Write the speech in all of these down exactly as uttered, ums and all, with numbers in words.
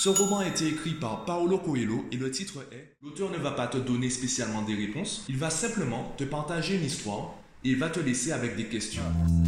Ce roman a été écrit par Paulo Coelho et le titre est « L'auteur ne va pas te donner spécialement des réponses, il va simplement te partager une histoire et il va te laisser avec des questions. »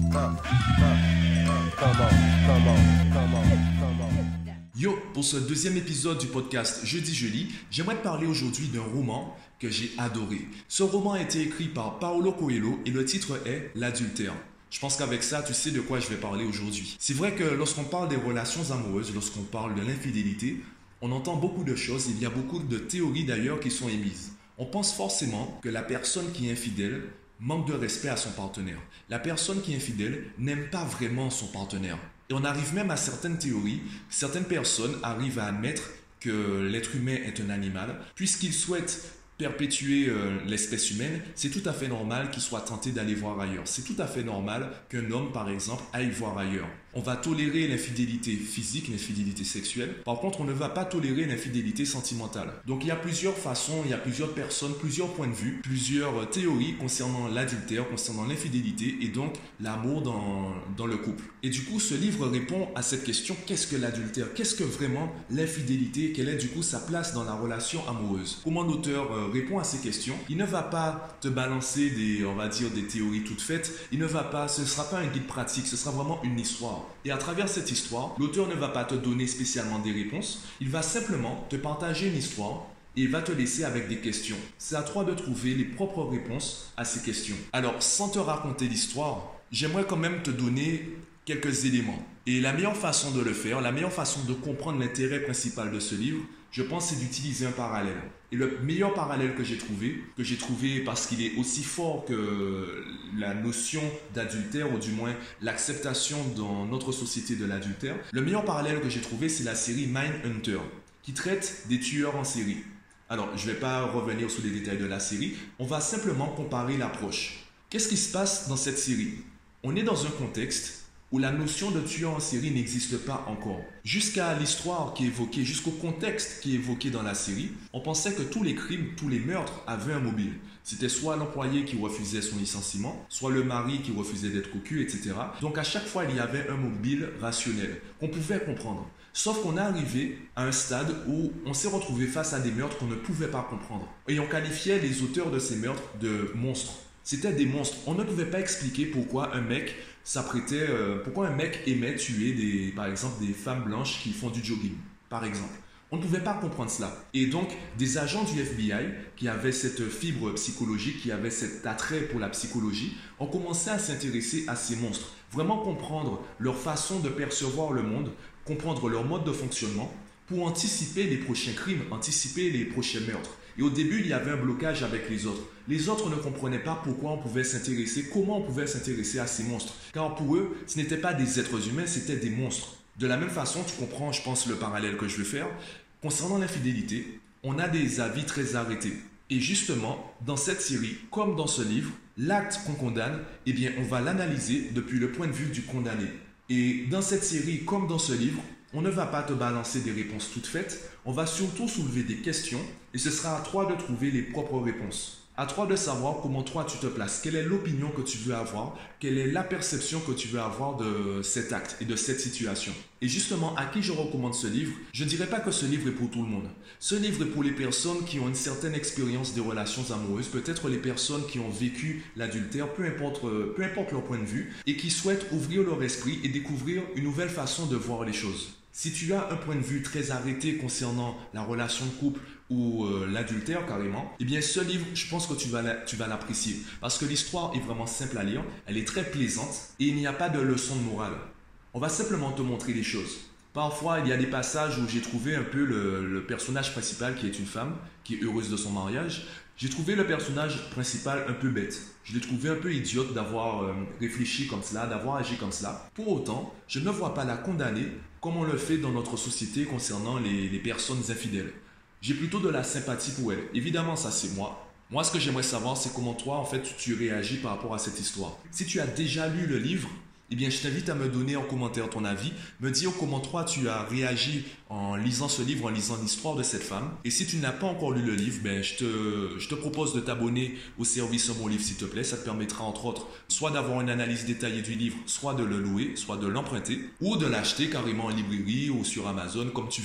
Yo, pour ce deuxième épisode du podcast Jeudi je lis, j'aimerais te parler aujourd'hui d'un roman que j'ai adoré. Ce roman a été écrit par Paulo Coelho et le titre est « L'adultère ». Je pense qu'avec ça, tu sais de quoi je vais parler aujourd'hui. C'est vrai que lorsqu'on parle des relations amoureuses, lorsqu'on parle de l'infidélité, on entend beaucoup de choses. Il y a beaucoup de théories d'ailleurs qui sont émises. On pense forcément que la personne qui est infidèle manque de respect à son partenaire. La personne qui est infidèle n'aime pas vraiment son partenaire. Et on arrive même à certaines théories. Certaines personnes arrivent à admettre que l'être humain est un animal, puisqu'il souhaite perpétuer euh, l'espèce humaine, c'est tout à fait normal qu'il soit tenté d'aller voir ailleurs. C'est tout à fait normal qu'un homme, par exemple, aille voir ailleurs. On va tolérer l'infidélité physique, l'infidélité sexuelle. Par contre, on ne va pas tolérer l'infidélité sentimentale. Donc, il y a plusieurs façons, il y a plusieurs personnes, plusieurs points de vue, plusieurs théories concernant l'adultère, concernant l'infidélité et donc l'amour dans, dans le couple. Et du coup, ce livre répond à cette question, qu'est-ce que l'adultère? Qu'est-ce que vraiment l'infidélité? Quelle est du coup sa place dans la relation amoureuse? Comment l'auteur euh, répond à ces questions? Il ne va pas te balancer des, on va dire, des théories toutes faites. Il ne va pas, ce ne sera pas un guide pratique, ce sera vraiment une histoire. Et à travers cette histoire, l'auteur ne va pas te donner spécialement des réponses, il va simplement te partager une histoire et il va te laisser avec des questions. C'est à toi de trouver les propres réponses à ces questions. Alors, sans te raconter l'histoire, j'aimerais quand même te donner quelques éléments. Et la meilleure façon de le faire, la meilleure façon de comprendre l'intérêt principal de ce livre, je pense, c'est d'utiliser un parallèle. Et le meilleur parallèle que j'ai trouvé, que j'ai trouvé parce qu'il est aussi fort que la notion d'adultère, ou du moins l'acceptation dans notre société de l'adultère, le meilleur parallèle que j'ai trouvé, c'est la série Mindhunter, qui traite des tueurs en série. Alors, je ne vais pas revenir sur les détails de la série, on va simplement comparer l'approche. Qu'est-ce qui se passe dans cette série? On est dans un contexte où la notion de tueur en série n'existe pas encore. Jusqu'à l'histoire qui est évoquée, jusqu'au contexte qui est évoqué dans la série, on pensait que tous les crimes, tous les meurtres avaient un mobile. C'était soit l'employé qui refusait son licenciement, soit le mari qui refusait d'être cocu, et cetera. Donc à chaque fois, il y avait un mobile rationnel qu'on pouvait comprendre. Sauf qu'on est arrivé à un stade où on s'est retrouvé face à des meurtres qu'on ne pouvait pas comprendre. Et on qualifiait les auteurs de ces meurtres de monstres. C'était des monstres. On ne pouvait pas expliquer pourquoi un mec s'apprêtait, euh, pourquoi un mec aimait tuer des, par exemple, des femmes blanches qui font du jogging, par exemple. On ne pouvait pas comprendre cela. Et donc, des agents du F B I qui avaient cette fibre psychologique, qui avaient cet attrait pour la psychologie, ont commencé à s'intéresser à ces monstres. Vraiment comprendre leur façon de percevoir le monde, comprendre leur mode de fonctionnement pour anticiper les prochains crimes, anticiper les prochains meurtres. Et au début, il y avait un blocage avec les autres. Les autres ne comprenaient pas pourquoi on pouvait s'intéresser, comment on pouvait s'intéresser à ces monstres. Car pour eux, ce n'étaient pas des êtres humains, c'était des monstres. De la même façon, tu comprends, je pense, le parallèle que je veux faire. Concernant l'infidélité, on a des avis très arrêtés. Et justement, dans cette série, comme dans ce livre, l'acte qu'on condamne, eh bien, on va l'analyser depuis le point de vue du condamné. Et dans cette série, comme dans ce livre, on ne va pas te balancer des réponses toutes faites, on va surtout soulever des questions et ce sera à toi de trouver les propres réponses. À toi de savoir comment toi tu te places, quelle est l'opinion que tu veux avoir, quelle est la perception que tu veux avoir de cet acte et de cette situation. Et justement, à qui je recommande ce livre? Je ne dirais pas que ce livre est pour tout le monde. Ce livre est pour les personnes qui ont une certaine expérience des relations amoureuses, peut-être les personnes qui ont vécu l'adultère, peu importe, peu importe leur point de vue, et qui souhaitent ouvrir leur esprit et découvrir une nouvelle façon de voir les choses. Si tu as un point de vue très arrêté concernant la relation de couple ou euh, l'adultère carrément, eh bien ce livre, je pense que tu vas, la, tu vas l'apprécier. Parce que l'histoire est vraiment simple à lire, elle est très plaisante et il n'y a pas de leçon de morale. On va simplement te montrer les choses. Parfois, il y a des passages où j'ai trouvé un peu le, le personnage principal qui est une femme, qui est heureuse de son mariage. J'ai trouvé le personnage principal un peu bête. Je l'ai trouvé un peu idiote d'avoir euh, réfléchi comme cela, d'avoir agi comme cela. Pour autant, je ne vois pas la condamner comme on le fait dans notre société concernant les, les personnes infidèles. J'ai plutôt de la sympathie pour elle. Évidemment, ça c'est moi. Moi, ce que j'aimerais savoir, c'est comment toi, en fait, tu réagis par rapport à cette histoire. Si tu as déjà lu le livre, eh bien, je t'invite à me donner en commentaire ton avis, me dire comment toi tu as réagi en lisant ce livre, en lisant l'histoire de cette femme. Et si tu n'as pas encore lu le livre, ben, je, te, je te propose de t'abonner au service Mon Livre s'il te plaît. Ça te permettra entre autres soit d'avoir une analyse détaillée du livre, soit de le louer, soit de l'emprunter, ou de l'acheter carrément en librairie ou sur Amazon, comme tu veux.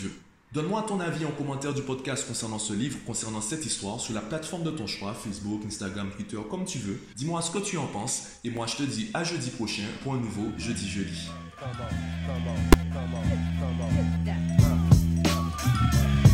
Donne-moi ton avis en commentaire du podcast concernant ce livre, concernant cette histoire, sur la plateforme de ton choix, Facebook, Instagram, Twitter, comme tu veux. Dis-moi ce que tu en penses et moi je te dis à jeudi prochain pour un nouveau Jeudi Je lis. Come on, come on, come on, come on.